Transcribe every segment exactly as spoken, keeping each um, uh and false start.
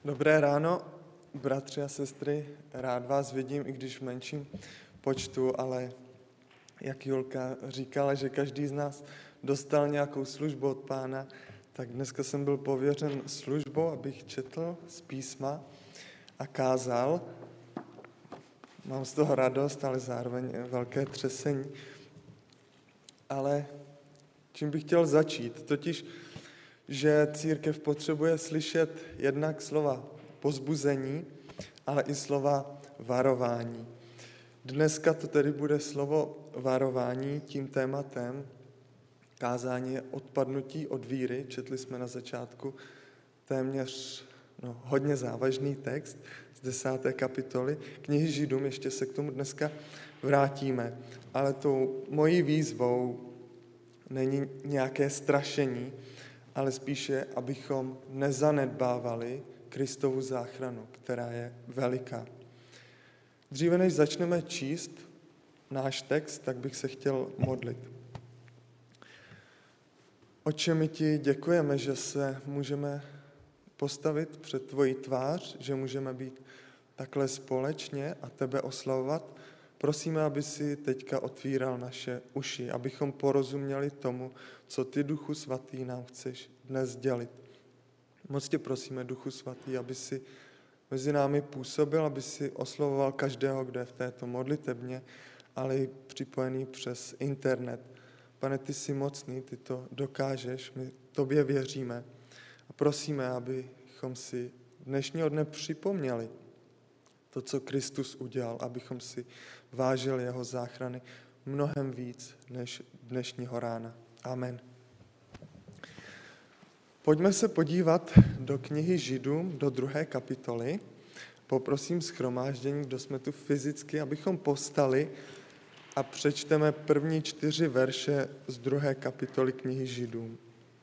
Dobré ráno, bratři a sestry, rád vás vidím, i když v menším počtu, ale jak Julka říkala, že každý z nás dostal nějakou službu od Pána, tak dneska jsem byl pověřen službou, abych četl z písma a kázal. Mám z toho radost, ale zároveň velké třesení. Ale čím bych chtěl začít? Totiž, že církev potřebuje slyšet jednak slova povzbuzení, ale i slova varování. Dneska to tedy bude slovo varování, tím tématem kázání je odpadnutí od víry. Četli jsme na začátku téměř no, hodně závažný text z desáté kapitoly knihy Židům, ještě se k tomu dneska vrátíme. Ale tou mojí výzvou není nějaké strašení, ale spíše, abychom nezanedbávali Kristovu záchranu, která je veliká. Dříve než začneme číst náš text, tak bych se chtěl modlit. Otče, my ti děkujeme, že se můžeme postavit před tvoji tvář, že můžeme být takhle společně a tebe oslavovat. Prosíme, aby si teďka otvíral naše uši, abychom porozuměli tomu, co ty, Duchu Svatý, nám chceš dnes sdělit. Moc tě prosíme, Duchu Svatý, aby si mezi námi působil, aby si oslovoval každého, kdo je v této modlitebně, ale i připojený přes internet. Pane, ty jsi mocný, ty to dokážeš, my tobě věříme a prosíme, abychom si dnešního dne připomněli to, co Kristus udělal, abychom si vážili jeho záchrany mnohem víc než dnešního rána. Amen. Pojďme se podívat do knihy Židům, do druhé kapitoly. Poprosím shromáždění, kdo jsme tu fyzicky, abychom povstali a přečteme první čtyři verše z druhé kapitoly knihy Židům.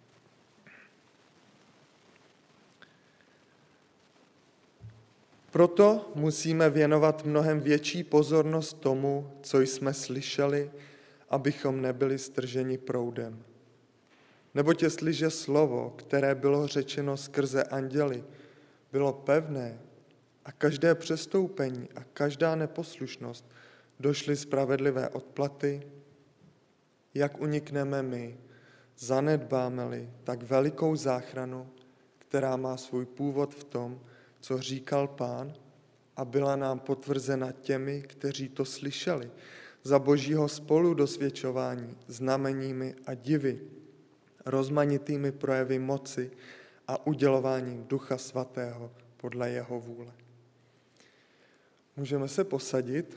Proto musíme věnovat mnohem větší pozornost tomu, co jsme slyšeli, abychom nebyli strženi proudem. Neboť jestliže slovo, které bylo řečeno skrze anděly, bylo pevné a každé přestoupení a každá neposlušnost došly spravedlivé odplaty, jak unikneme my, zanedbáme-li tak velikou záchranu, která má svůj původ v tom, co říkal Pán a byla nám potvrzena těmi, kteří to slyšeli, za Božího spoludosvědčování, znameními a divy, rozmanitými projevy moci a udělováním Ducha Svatého podle jeho vůle. Můžeme se posadit.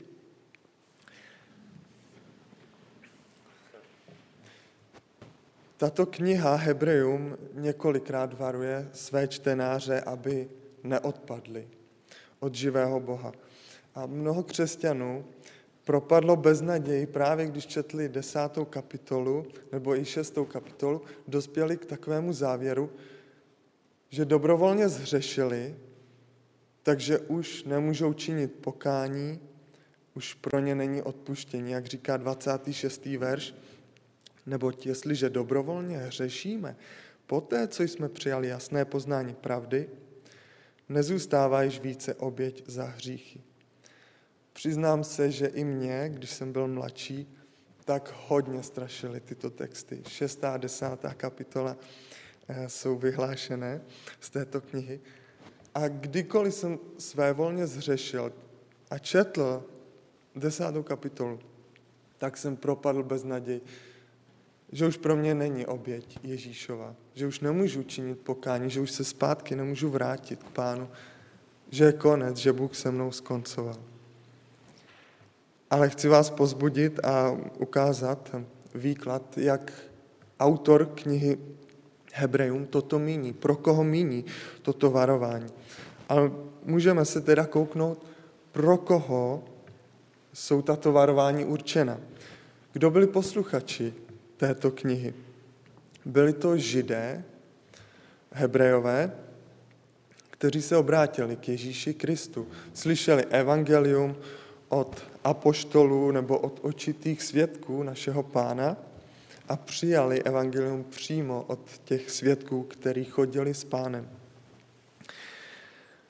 Tato kniha Hebrejům několikrát varuje své čtenáře, aby neodpadli od živého Boha. A mnoho křesťanů propadlo beznaději právě když četli desátou kapitolu nebo i šestou kapitolu, dospěli k takovému závěru, že dobrovolně zhřešili, takže už nemůžou činit pokání, už pro ně není odpuštění, jak říká dvacátý šestý verš, neboť jestliže dobrovolně hřešíme, poté, co jsme přijali jasné poznání pravdy, nezůstává již více oběť za hříchy. Přiznám se, že i mě, když jsem byl mladší, tak hodně strašily tyto texty. Šestá a desátá kapitola jsou vyhlášené z této knihy. A kdykoliv jsem svévolně zhřešil a četl desátou kapitolu, tak jsem propadl bez naději, že už pro mě není oběť Ježíšova, že už nemůžu činit pokání, že už se zpátky nemůžu vrátit k Pánu, že je konec, že Bůh se mnou skoncoval. Ale chci vás pozbudit a ukázat výklad, jak autor knihy Hebrejům toto míní, pro koho míní toto varování. Ale můžeme se teda kouknout, pro koho jsou tato varování určena. Kdo byli posluchači této knihy? Byli to Židé, Hebrejové, kteří se obrátili k Ježíši Kristu. Slyšeli evangelium od apoštolů nebo od očitých svědků našeho Pána a přijali evangelium přímo od těch svědků, kteří chodili s Pánem.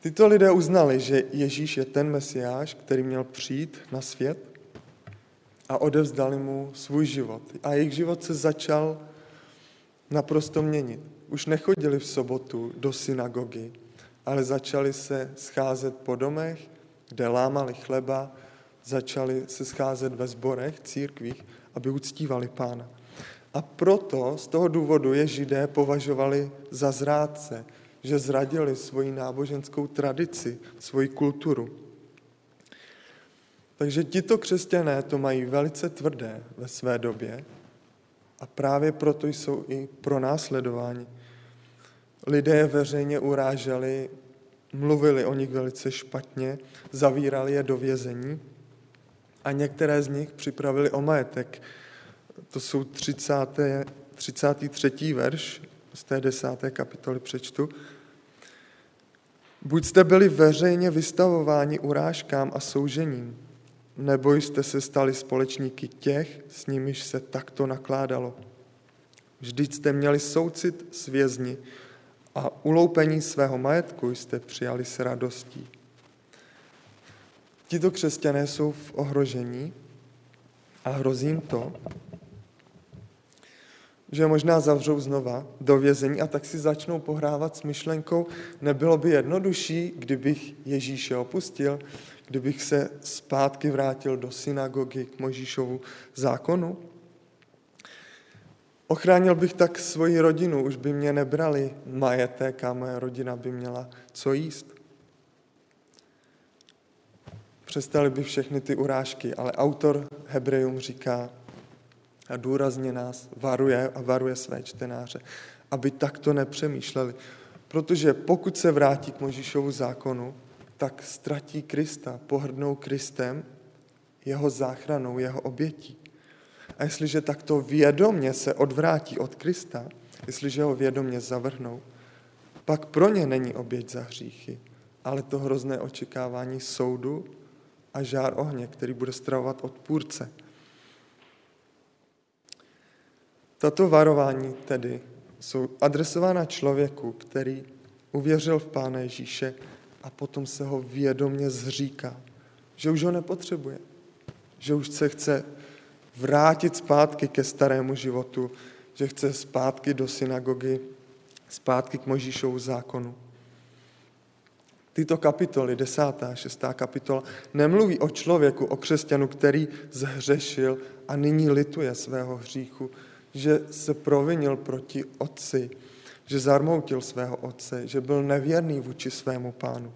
Tyto lidé uznali, že Ježíš je ten Mesiáš, který měl přijít na svět, a odevzdali mu svůj život. A jejich život se začal naprosto měnit. Už nechodili v sobotu do synagogy, ale začali se scházet po domech, kde lámali chleba, začali se scházet ve sborech, církvích, aby uctívali Pána. A proto z toho důvodu je Židé považovali za zrádce, že zradili svoji náboženskou tradici, svoji kulturu. Takže tito křesťané to mají velice tvrdé ve své době a právě proto jsou i pronásledováni. Lidé je veřejně uráželi, mluvili o nich velice špatně, zavírali je do vězení a některé z nich připravili o majetek. To jsou třicátý, třicátý třetí verš z té desáté kapitoly přečtu. Buď jste byli veřejně vystavováni urážkám a soužením, nebo jste se stali společníky těch, s nimiž se takto nakládalo. Vždyť jste měli soucit s vězni a uloupení svého majetku jste přijali s radostí. Tito křesťané jsou v ohrožení a hrozí jim to, že možná zavřou znova do vězení a tak si začnou pohrávat s myšlenkou, nebylo by jednodušší, kdybych Ježíše opustil, kdybych se zpátky vrátil do synagogy k Mojžíšovu zákonu. Ochránil bych tak svoji rodinu, už by mě nebrali majetek a moje rodina by měla co jíst. Přestali by všechny ty urážky, ale autor Hebrejům říká a důrazně nás varuje a varuje své čtenáře, aby takto nepřemýšleli. Protože pokud se vrátí k Mojžíšovu zákonu, tak ztratí Krista, pohrdnou Kristem, jeho záchranou, jeho obětí. A jestliže takto vědomě se odvrátí od Krista, jestliže ho vědomě zavrhnou, pak pro ně není oběť za hříchy, ale to hrozné očekávání soudu a žár ohně, který bude stravovat odpůrce. Tato varování tedy jsou adresována člověku, který uvěřil v Pána Ježíše a potom se ho vědomě zříká, že už ho nepotřebuje, že už se chce vrátit zpátky ke starému životu, že chce zpátky do synagogy, zpátky k Mojžíšovu zákonu. Tyto kapitoly, desátá a šestá kapitola, nemluví o člověku, o křesťanu, který zhřešil a nyní lituje svého hříchu, že se provinil proti otci, že zarmoutil svého otce, že byl nevěrný vůči svému Pánu.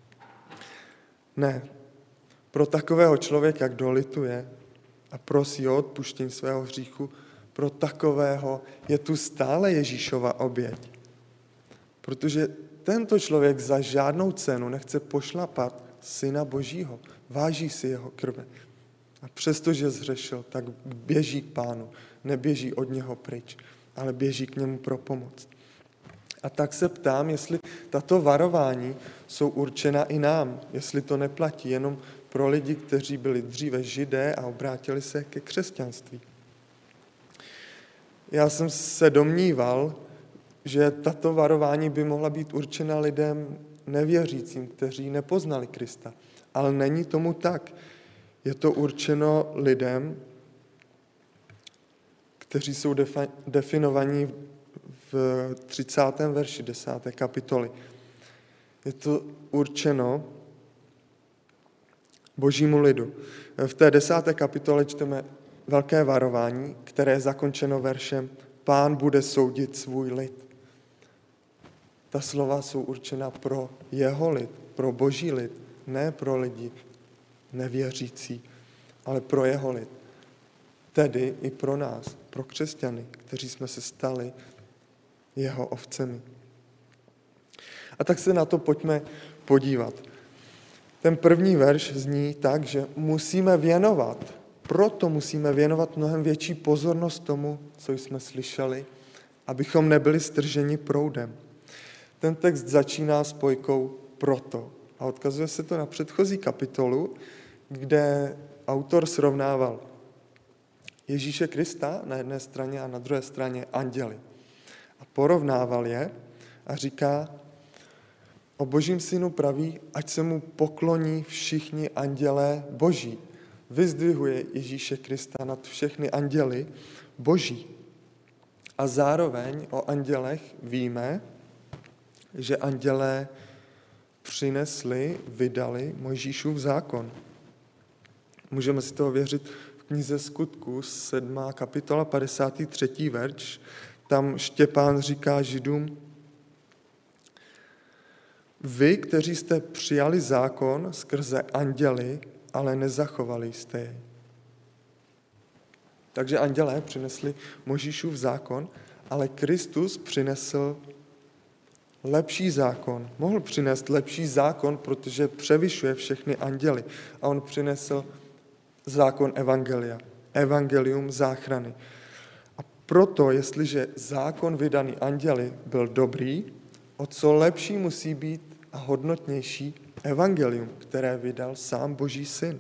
Ne, pro takového člověka, kdo lituje a prosí o odpuštění svého hříchu, pro takového je tu stále Ježíšova oběť. Protože tento člověk za žádnou cenu nechce pošlapat Syna Božího, váží si jeho krve. A přestože zhřešil, tak běží k Pánu, neběží od něho pryč, ale běží k němu pro pomoc. A tak se ptám, jestli tato varování jsou určena i nám, jestli to neplatí jenom pro lidi, kteří byli dříve Židé a obrátili se ke křesťanství. Já jsem se domníval, že tato varování by mohla být určena lidem nevěřícím, kteří nepoznali Krista. Ale není tomu tak. Je to určeno lidem, kteří jsou defi- definovaní v třicátém verši desáté kapitoly. Je to určeno Božímu lidu. V té desáté kapitole čteme velké varování, které je zakončeno veršem Pán bude soudit svůj lid. Ta slova jsou určena pro jeho lid, pro Boží lid, ne pro lidi nevěřící, ale pro jeho lid. Tedy i pro nás, pro křesťany, kteří jsme se stali jeho ovcemi. A tak se na to pojďme podívat. Ten první verš zní tak, že musíme věnovat, proto musíme věnovat mnohem větší pozornost tomu, co jsme slyšeli, abychom nebyli strženi proudem. Ten text začíná spojkou proto a odkazuje se to na předchozí kapitolu, kde autor srovnával Ježíše Krista na jedné straně a na druhé straně anděly. A porovnával je a říká, O Božím synu praví, ať se mu pokloní všichni andělé boží. Vyzdvihuje Ježíše Krista nad všechny anděly boží. A zároveň o andělech víme, že andělé přinesli, vydali Mojžíšův zákon. Můžeme si to ověřit v knize Skutků, sedmá kapitola, padesátý třetí verš. Tam Štěpán říká Židům: Vy, kteří jste přijali zákon skrze anděly, ale nezachovali jste jej. Takže andělé přinesli Mojžíšův zákon, ale Kristus přinesl lepší zákon. Mohl přinést lepší zákon, protože převyšuje všechny anděly. A on přinesl zákon evangelia. Evangelium záchrany. A proto, jestliže zákon vydaný anděli byl dobrý, o co lepší musí být a hodnotnější evangelium, které vydal sám Boží syn.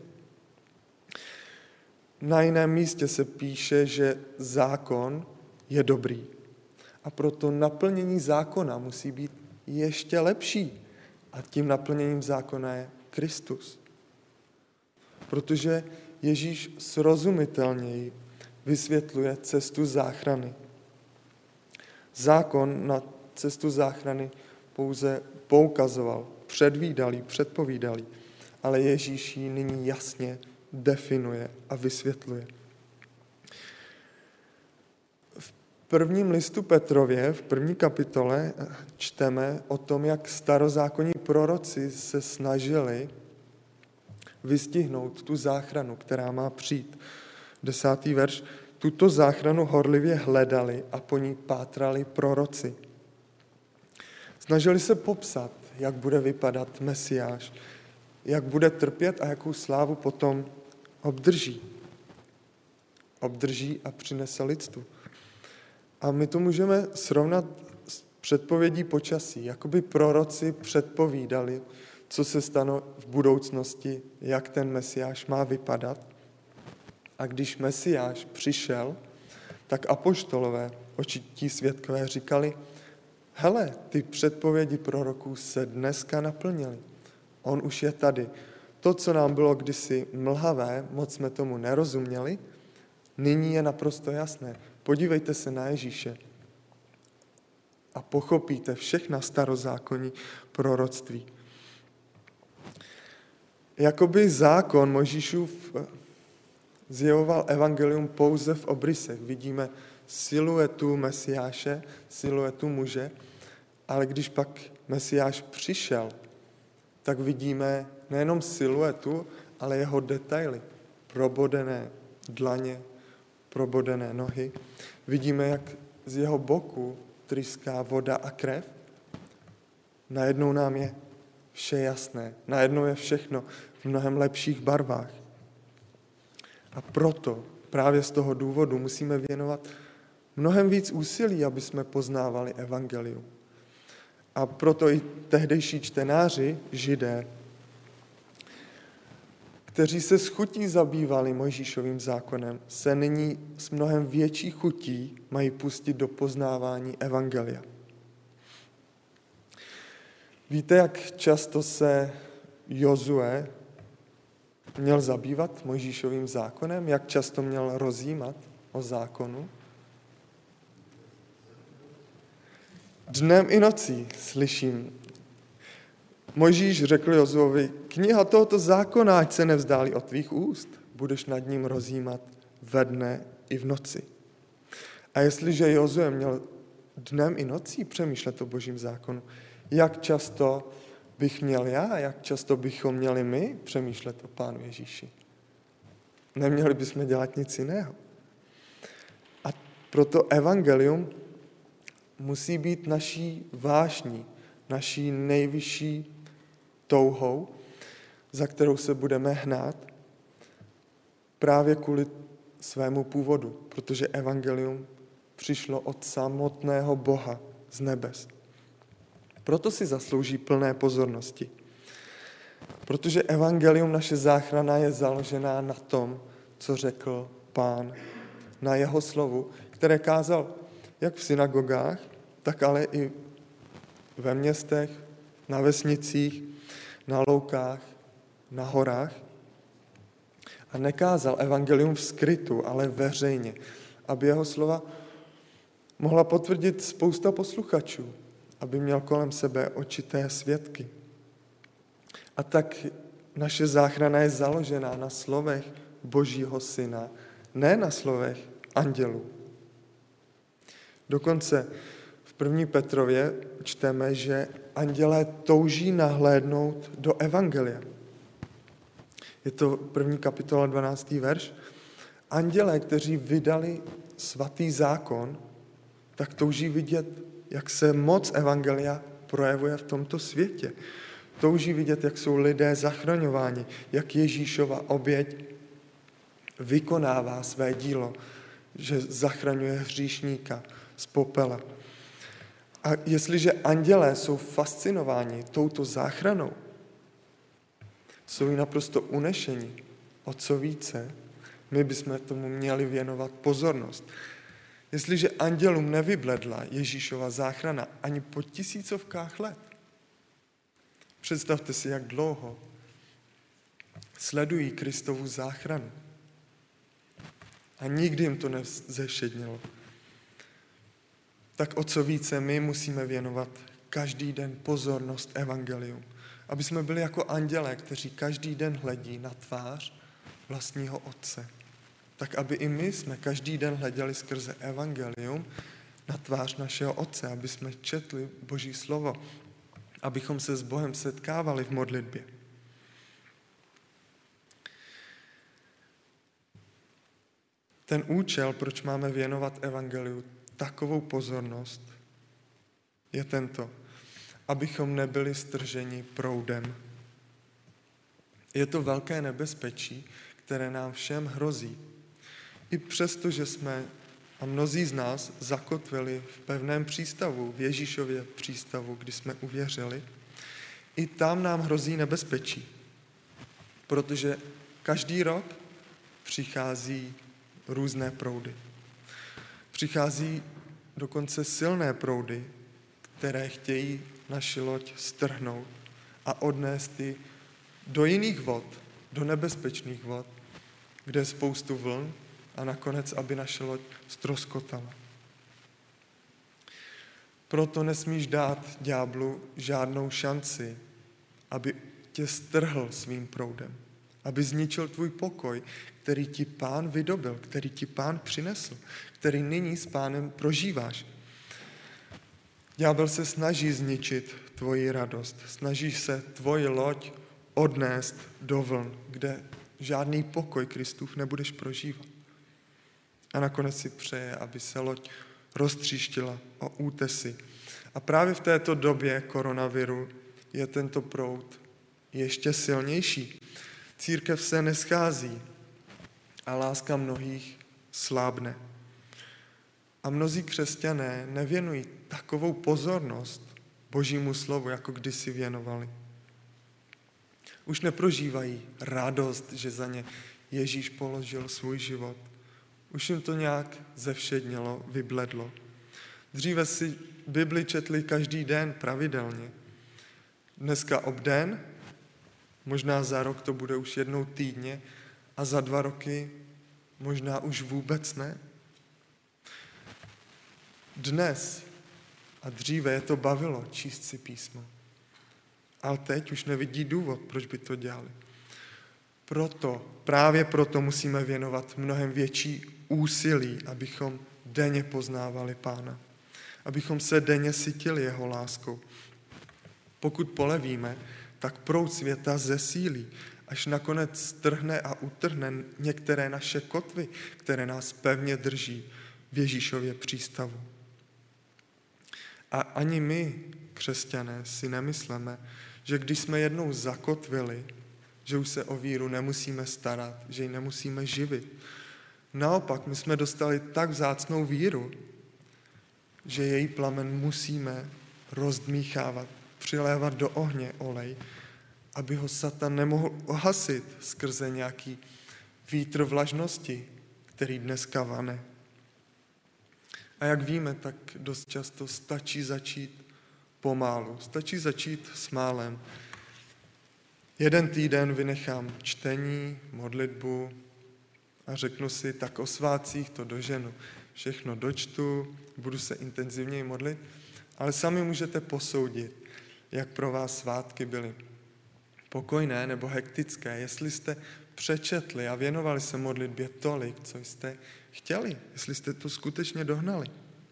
Na jiném místě se píše, že zákon je dobrý. A proto naplnění zákona musí být ještě lepší. A tím naplněním zákona je Kristus. Protože Ježíš srozumitelněji vysvětluje cestu záchrany. Zákon na cestu záchrany pouze poukazoval, předvídal ji, předpovídal ji, ale Ježíš ji nyní jasně definuje a vysvětluje. V prvním listu Petrově, v první kapitole, čteme o tom, jak starozákonní proroci se snažili vystihnout tu záchranu, která má přijít. Desátý verš. Tuto záchranu horlivě hledali a po ní pátrali proroci. Snažili se popsat, jak bude vypadat Mesiáš, jak bude trpět a jakou slávu potom obdrží. Obdrží a přinese lidstvu. A my to můžeme srovnat s předpovědí počasí. Jakoby proroci předpovídali, co se stane v budoucnosti, jak ten Mesiáš má vypadat. A když Mesiáš přišel, tak apoštolové, očití svědkové říkali: hele, ty předpovědi proroků se dneska naplnily. On už je tady. To, co nám bylo kdysi mlhavé, moc jsme tomu nerozuměli, nyní je naprosto jasné. Podívejte se na Ježíše a pochopíte všechna starozákonní proroctví. Jakoby zákon Mojžíšův zjevoval evangelium pouze v obrysech. Vidíme siluetu Mesiáše, siluetu muže, ale když pak Mesiáš přišel, tak vidíme nejenom siluetu, ale jeho detaily. Probodené dlaně, probodené nohy. Vidíme, jak z jeho boku tryská voda a krev. Najednou nám je vše jasné. Najednou je všechno v mnohem lepších barvách. A proto, právě z toho důvodu, musíme věnovat mnohem víc úsilí, aby jsme poznávali evangelium. A proto i tehdejší čtenáři, Židé, kteří se s chutí zabývali Mojžíšovým zákonem, se nyní s mnohem větší chutí mají pustit do poznávání evangelia. Víte, jak často se Jozue měl zabývat Mojžíšovým zákonem? Jak často měl rozjímat o zákonu? Dnem i nocí slyším. Mojžíš řekl Jozuovi: kniha tohoto zákona, ať se nevzdálí od tvých úst, budeš nad ním rozjímat ve dne i v noci. A jestliže Jozue měl dnem i nocí přemýšlet o Božím zákonu, jak často bych měl já, jak často bychom měli my přemýšlet o Pánu Ježíši? Neměli bychom dělat nic jiného. A proto evangelium musí být naší vášní, naší nejvyšší touhou, za kterou se budeme hnát právě kvůli svému původu, protože evangelium přišlo od samotného Boha z nebes. Proto si zaslouží plné pozornosti. Protože evangelium, naše záchrana, je založená na tom, co řekl Pán, na jeho slovu, které kázal jak v synagogách, tak ale i ve městech, na vesnicích, na loukách, na horách a nekázal evangelium v skrytu, ale veřejně, aby jeho slova mohla potvrdit spousta posluchačů, aby měl kolem sebe očité svědky. A tak naše záchrana je založená na slovech Božího Syna, ne na slovech andělů. Dokonce v první Petrově čteme, že andělé touží nahlédnout do evangelia. Je to první kapitola, dvanáctý verš. Andělé, kteří vydali svatý zákon, tak touží vidět, jak se moc evangelia projevuje v tomto světě. Touží vidět, jak jsou lidé zachraňováni, jak Ježíšova oběť vykonává své dílo, že zachraňuje hříšníka z popela. A jestliže andělé jsou fascinováni touto záchranou, jsou jí naprosto unešení, o co více, my bychom tomu měli věnovat pozornost. Jestliže andělům nevybledla Ježíšova záchrana ani po tisícovkách let, představte si, jak dlouho sledují Kristovu záchranu. A nikdy jim to nezevšednilo. Tak o co více my musíme věnovat každý den pozornost evangelium. Aby jsme byli jako andělé, kteří každý den hledí na tvář vlastního Otce. Tak aby i my jsme každý den hleděli skrze evangelium na tvář našeho Otce, aby jsme četli Boží slovo, abychom se s Bohem setkávali v modlitbě. Ten účel, proč máme věnovat evangeliu takovou pozornost, je tento, abychom nebyli strženi proudem. Je to velké nebezpečí, které nám všem hrozí. I přesto, že jsme, a mnozí z nás, zakotvili v pevném přístavu, v Ježíšově přístavu, kdy jsme uvěřili, i tam nám hrozí nebezpečí, protože každý rok přichází různé proudy. Přichází dokonce silné proudy, které chtějí naši loď strhnout a odnést ji do jiných vod, do nebezpečných vod, kde je spoustu vln a nakonec, aby naše loď ztroskotala. Proto nesmíš dát ďáblu žádnou šanci, aby tě strhl svým proudem, aby zničil tvůj pokoj, který ti Pán vydobil, který ti Pán přinesl, který nyní s Pánem prožíváš. Ďábel se snaží zničit tvoji radost, snaží se tvoji loď odnést do vln, kde žádný pokoj Kristův nebudeš prožívat. A nakonec si přeje, aby se loď roztříštila o útesy. A právě v této době koronaviru je tento proud ještě silnější. Církev se neschází a láska mnohých slábne. A mnozí křesťané nevěnují takovou pozornost Božímu slovu, jako kdysi věnovali. Už neprožívají radost, že za ně Ježíš položil svůj život. Už jim to nějak zevšednělo, vybledlo. Dříve si Bibli četli každý den pravidelně. Dneska obden, možná za rok to bude už jednou týdně a za dva roky možná už vůbec ne. Dnes a dříve je to bavilo číst si písmo. Ale teď už nevidí důvod, proč by to dělali. Proto, právě proto musíme věnovat mnohem větší úsilí, abychom denně poznávali Pána. Abychom se denně sytili jeho láskou. Pokud polevíme, tak proud světa zesílí, až nakonec strhne a utrhne některé naše kotvy, které nás pevně drží v Ježíšově přístavu. A ani my, křesťané, si nemyslíme, že když jsme jednou zakotvili, že už se o víru nemusíme starat, že ji nemusíme živit. Naopak, my jsme dostali tak vzácnou víru, že její plamen musíme rozdmíchávat, přilévat do ohně olej, aby ho Satan nemohl ohasit skrze nějaký vítr vlažnosti, který dneska vane. A jak víme, tak dost často stačí začít pomálu. Stačí začít s málem. Jeden týden vynechám čtení, modlitbu a řeknu si, tak o svátcích to doženu. Všechno dočtu, budu se intenzivněji modlit, ale sami můžete posoudit, jak pro vás svátky byly pokojné nebo hektické, jestli jste přečetli a věnovali se modlitbě tolik, co jste chtěli, jestli jste to skutečně dohnali.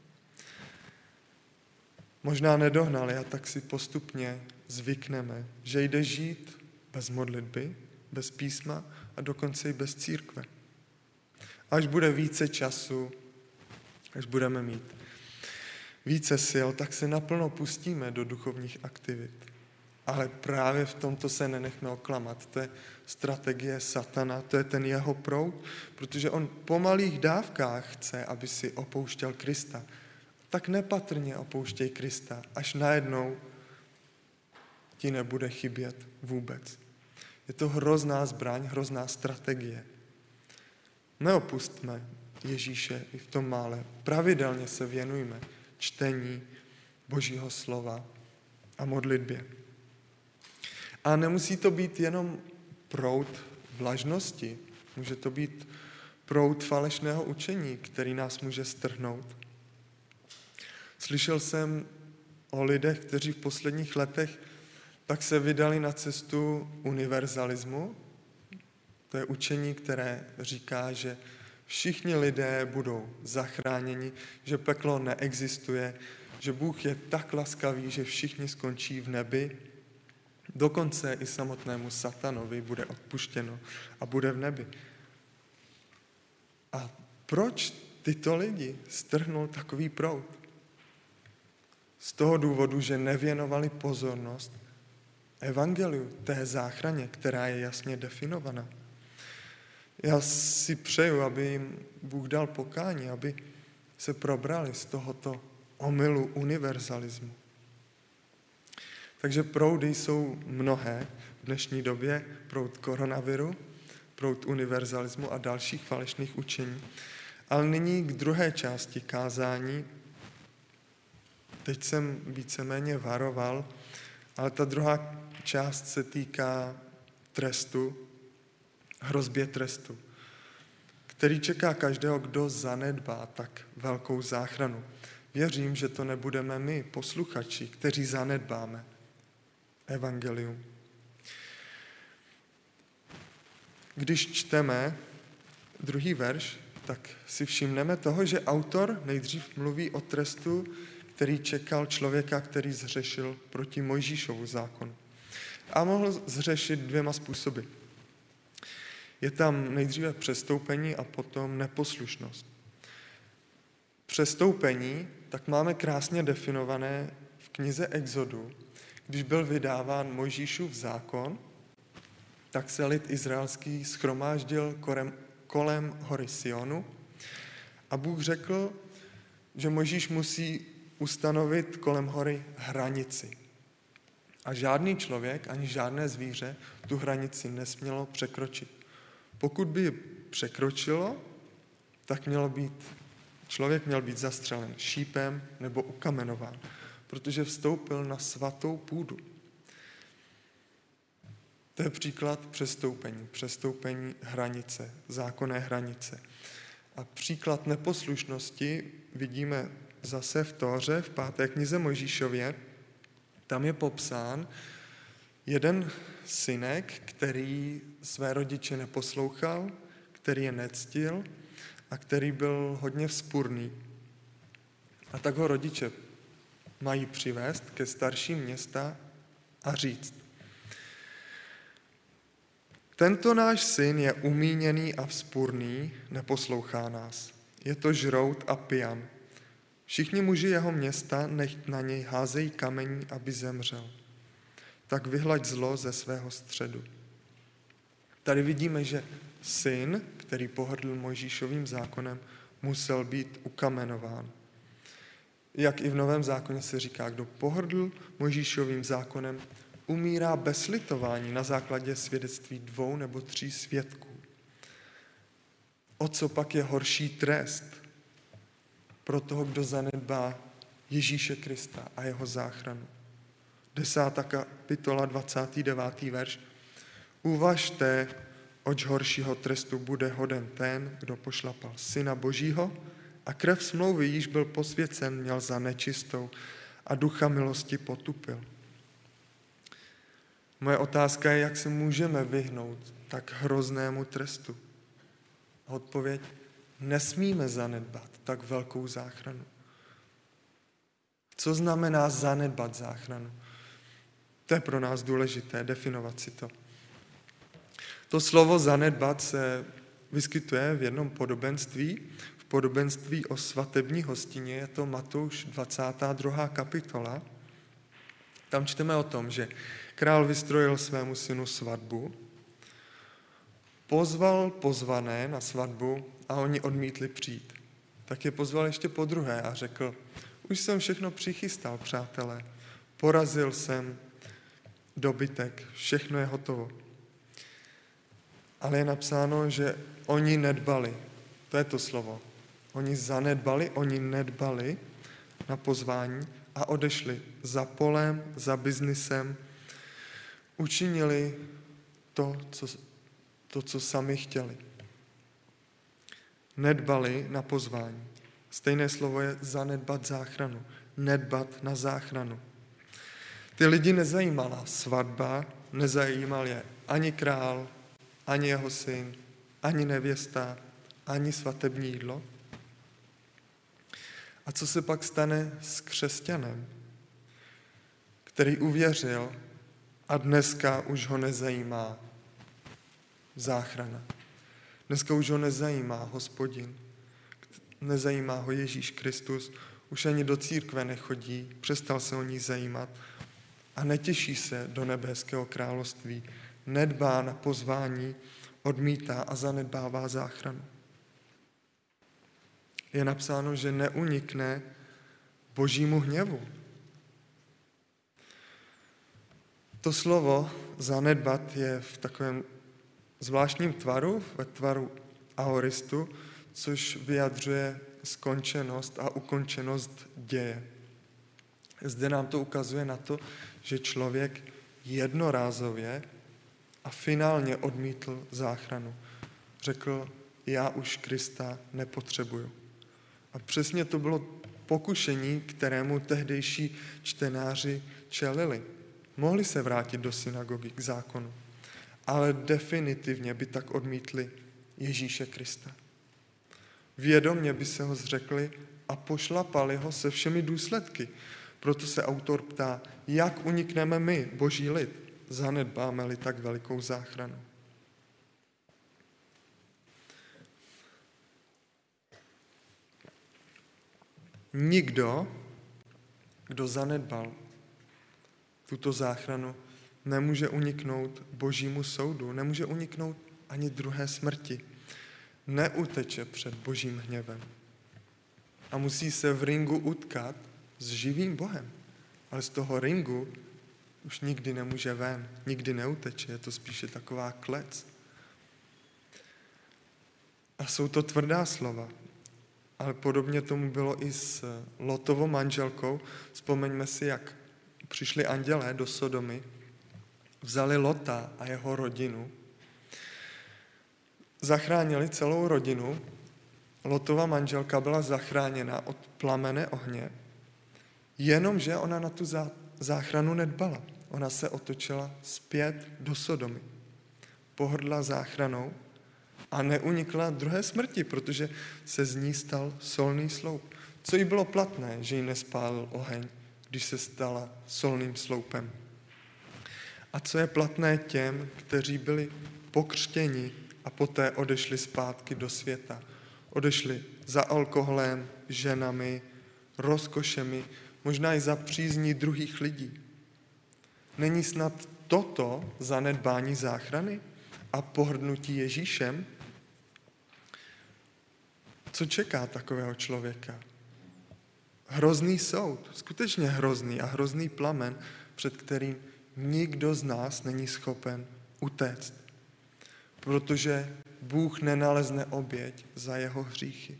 Možná nedohnali a tak si postupně zvykneme, že jde žít bez modlitby, bez písma a dokonce i bez církve. Až bude více času, až budeme mít více sil, tak se naplno pustíme do duchovních aktivit. Ale právě v tomto se nenechme oklamat. To je strategie satana, to je ten jeho proud, protože on po malých dávkách chce, aby si opouštěl Krista. Tak nepatrně opouštěj Krista, až najednou ti nebude chybět vůbec. Je to hrozná zbraň, hrozná strategie. Neopustme Ježíše i v tom mále. Pravidelně se věnujme čtení Božího slova a modlitbě. A nemusí to být jenom proud vlažnosti. Může to být proud falešného učení, který nás může strhnout. Slyšel jsem o lidech, kteří v posledních letech tak se vydali na cestu univerzalismu. To je učení, které říká, že všichni lidé budou zachráněni, že peklo neexistuje, že Bůh je tak laskavý, že všichni skončí v nebi. Dokonce i samotnému satanovi bude odpuštěno a bude v nebi. A proč tyto lidi strhnul takový proud? Z toho důvodu, že nevěnovali pozornost evangeliu, té záchraně, která je jasně definovaná. Já si přeju, aby jim Bůh dal pokání, aby se probrali z tohoto omylu univerzalismu. Takže proudy jsou mnohé v dnešní době, proud koronaviru, proud univerzalismu a dalších falešných učení. Ale nyní k druhé části kázání. Teď jsem víceméně varoval, ale ta druhá část se týká trestu, hrozbě trestu, který čeká každého, kdo zanedbá tak velkou záchranu. Věřím, že to nebudeme my, posluchači, kteří zanedbáme evangelium. Když čteme druhý verš, tak si všimneme toho, že autor nejdřív mluví o trestu, který čekal člověka, který zřešil proti Mojžíšovu zákonu. A mohl zřešit dvěma způsoby. Je tam nejdříve přestoupení a potom neposlušnost. Přestoupení tak máme krásně definované v knize Exodu. Když byl vydáván Mojžíšův zákon, tak se lid izraelský shromáždil kolem, kolem hory Sionu a Bůh řekl, že Mojžíš musí ustanovit kolem hory hranici. A žádný člověk, ani žádné zvíře tu hranici nesmělo překročit. Pokud by ji překročilo, tak mělo být, člověk měl být zastřelen šípem nebo ukamenován, protože vstoupil na svatou půdu. To je příklad přestoupení, přestoupení hranice, zákonné hranice. A příklad neposlušnosti vidíme zase v Tóře, v páté knize Mojžíšově. Tam je popsán jeden synek, který své rodiče neposlouchal, který je nectil a který byl hodně vzpurný. A tak ho rodiče mají přivést ke starším města a říct: tento náš syn je umíněný a vzpurný, neposlouchá nás. Je to žrout a pijan. Všichni muži jeho města nechť na něj házejí kamení, aby zemřel. Tak vyhlaď zlo ze svého středu. Tady vidíme, že syn, který pohrdl Mojžíšovým zákonem, musel být ukamenován. Jak i v Novém zákoně se říká, kdo pohrdl Mojžíšovým zákonem, umírá bez slitování na základě svědectví dvou nebo tří svědků. O co pak je horší trest pro toho, kdo zanedbá Ježíše Krista a jeho záchranu? desátá kapitola, dvacátý devátý verš. Uvažte, oč horšího trestu bude hoden ten, kdo pošlapal Syna Božího a krev smlouvy, již byl posvěcen, měl za nečistou a ducha milosti potupil. Moje otázka je, jak se můžeme vyhnout tak hroznému trestu. A odpověď, nesmíme zanedbat tak velkou záchranu. Co znamená zanedbat záchranu? To je pro nás důležité, definovat si to. To slovo zanedbat se vyskytuje v jednom podobenství, v podobenství o svatební hostině, je to Matouš dvacátá druhá kapitola. Tam čteme o tom, že král vystrojil svému synu svatbu, pozval pozvané na svatbu a oni odmítli přijít. Tak je pozval ještě po druhé a řekl, už jsem všechno přichystal, přátelé, porazil jsem dobytek, všechno je hotovo. Ale je napsáno, že oni nedbali, to je to slovo, oni zanedbali, oni nedbali na pozvání a odešli za polem, za biznisem, učinili to, co, to, co sami chtěli. Nedbali na pozvání. Stejné slovo je zanedbat záchranu, nedbat na záchranu. Ty lidi nezajímala svatba, nezajímal je ani král, ani jeho syn, ani nevěsta, ani svatební jídlo. A co se pak stane s křesťanem, který uvěřil a dneska už ho nezajímá záchrana. Dneska už ho nezajímá Hospodin, nezajímá ho Ježíš Kristus, už ani do církve nechodí, přestal se o ní zajímat a netěší se do nebeského království, nedbá na pozvání, odmítá a zanedbává záchranu. Je napsáno, že neunikne Božímu hněvu. To slovo zanedbat je v takovém zvláštním tvaru, ve tvaru aoristu, což vyjadřuje skončenost a ukončenost děje. Zde nám to ukazuje na to, že člověk jednorázově a finálně odmítl záchranu. Řekl, já už Krista nepotřebuju. A přesně to bylo pokušení, kterému tehdejší čtenáři čelili. Mohli se vrátit do synagogy k zákonu, ale definitivně by tak odmítli Ježíše Krista. Vědomě by se ho zřekli a pošlapali ho se všemi důsledky. Proto se autor ptá, jak unikneme my, Boží lid, zanedbáme-li tak velikou záchranu. Nikdo, kdo zanedbal tuto záchranu, nemůže uniknout Božímu soudu, nemůže uniknout ani druhé smrti. Neuteče před Božím hněvem. A musí se v ringu utkat s živým Bohem. Ale z toho ringu už nikdy nemůže ven, nikdy neuteče, je to spíše taková klec. A jsou to tvrdá slova. Ale podobně tomu bylo i s Lotovou manželkou. Vzpomeňme si, jak přišli andělé do Sodomy, vzali Lota a jeho rodinu, zachránili celou rodinu. Lotova manželka byla zachráněna od plamene ohně, jenomže ona na tu záchranu nedbala. Ona se otočila zpět do Sodomy. Pohrdla záchranou a neunikla druhé smrti, protože se z ní stal solný sloup. Co jí bylo platné, že jí nespálil oheň, když se stala solným sloupem. A co je platné těm, kteří byli pokřtěni a poté odešli zpátky do světa. Odešli za alkoholem, ženami, rozkošemi, možná i za přízní druhých lidí. Není snad toto zanedbání záchrany a pohrdnutí Ježíšem? Co čeká takového člověka? Hrozný soud, skutečně hrozný a hrozný plamen, před kterým nikdo z nás není schopen utéct. Protože Bůh nenalezne oběť za jeho hříchy.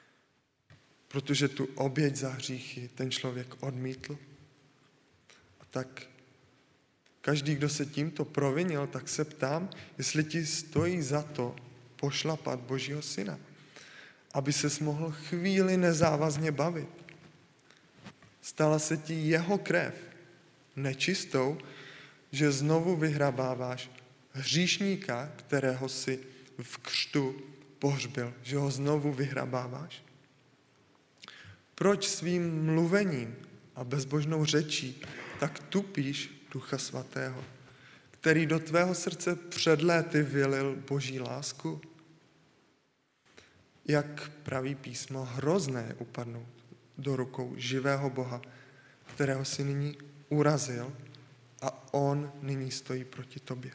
Protože tu oběť za hříchy ten člověk odmítl. A tak každý, kdo se tímto provinil, tak se ptám, jestli ti stojí za to pošlapat Božího syna, aby ses mohl chvíli nezávazně bavit. Stala se ti jeho krev nečistou, že znovu vyhrabáváš hříšníka, kterého si v křtu pohřbil, že ho znovu vyhrabáváš? Proč svým mluvením a bezbožnou řečí tak tupíš Ducha Svatého, který do tvého srdce před léty vylil Boží lásku? Jak praví písmo, hrozné je upadnout do rukou živého Boha, kterého si nyní urazil a on nyní stojí proti tobě.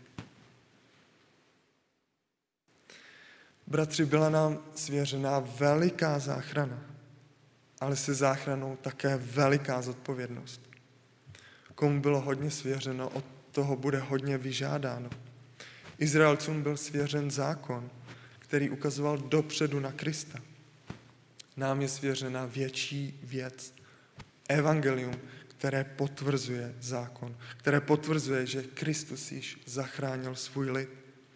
Bratři, byla nám svěřená veliká záchrana, ale se záchranou také veliká zodpovědnost. Komu bylo hodně svěřeno, od toho bude hodně vyžádáno. Izraelcům byl svěřen zákon, který ukazoval dopředu na Krista. Nám je svěřena větší věc, evangelium, které potvrzuje zákon, které potvrzuje, že Kristus již zachránil svůj lid.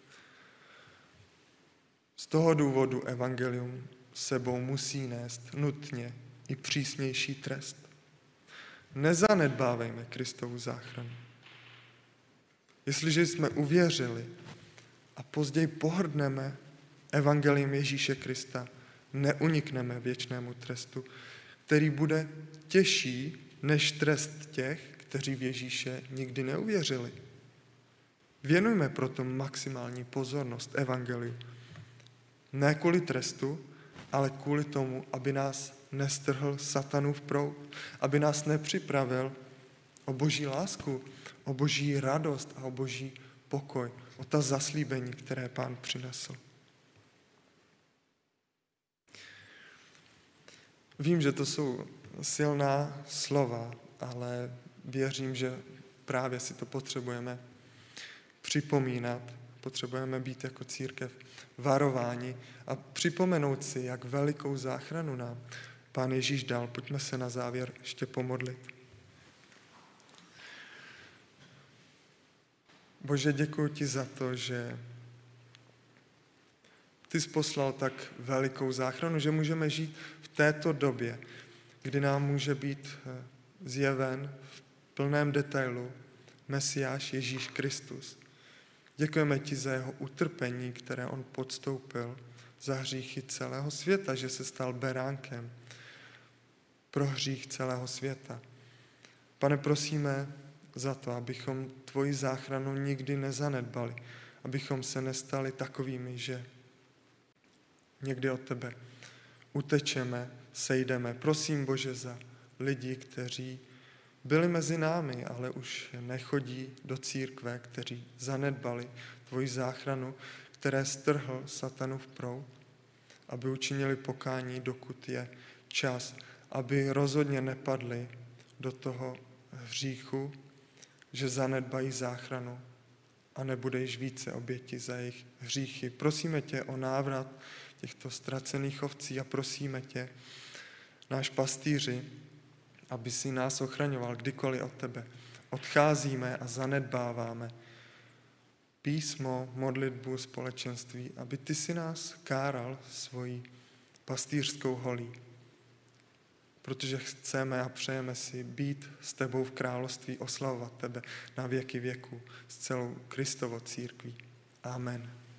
Z toho důvodu evangelium sebou musí nést nutně i přísnější trest. Nezanedbávejme Kristovu záchranu. Jestliže jsme uvěřili a později pohrdneme evangeliem Ježíše Krista, neunikneme věčnému trestu, který bude těžší než trest těch, kteří v Ježíše nikdy neuvěřili. Věnujme proto maximální pozornost evangeliu. Ne kvůli trestu, ale kvůli tomu, aby nás nestrhl satanův proud, aby nás nepřipravil o Boží lásku, o Boží radost a o Boží pokoj, o ta zaslíbení, které Pán přinesl. Vím, že to jsou silná slova, ale věřím, že právě si to potřebujeme připomínat, potřebujeme být jako církev varováni a připomenout si, jak velikou záchranu nám Pán Ježíš dal. Pojďme se na závěr ještě pomodlit. Bože, děkuji ti za to, že ty jsi poslal tak velikou záchranu, že můžeme žít v této době, kdy nám může být zjeven v plném detailu Mesiáš Ježíš Kristus. Děkujeme ti za jeho utrpení, které on podstoupil za hříchy celého světa, že se stal beránkem pro hřích celého světa. Pane, prosíme za to, abychom tvoji záchranu nikdy nezanedbali, abychom se nestali takovými, že někdy od tebe utečeme, sejdeme. Prosím, Bože, za lidi, kteří byli mezi námi, ale už nechodí do církve, kteří zanedbali tvoji záchranu, které strhl satanův proud, aby učinili pokání, dokud je čas, aby rozhodně nepadli do toho hříchu, že zanedbají záchranu a nebude již více oběti za jejich hříchy. Prosíme tě o návrat těchto ztracených ovcí a prosíme tě, náš pastýři, aby si nás ochraňoval kdykoliv od tebe odcházíme a zanedbáváme písmo, modlitbu, společenství, aby ty si nás káral svojí pastýřskou holí. Protože chceme a přejeme si být s tebou v království, oslavovat tebe na věky věku s celou Kristovo církví. Amen.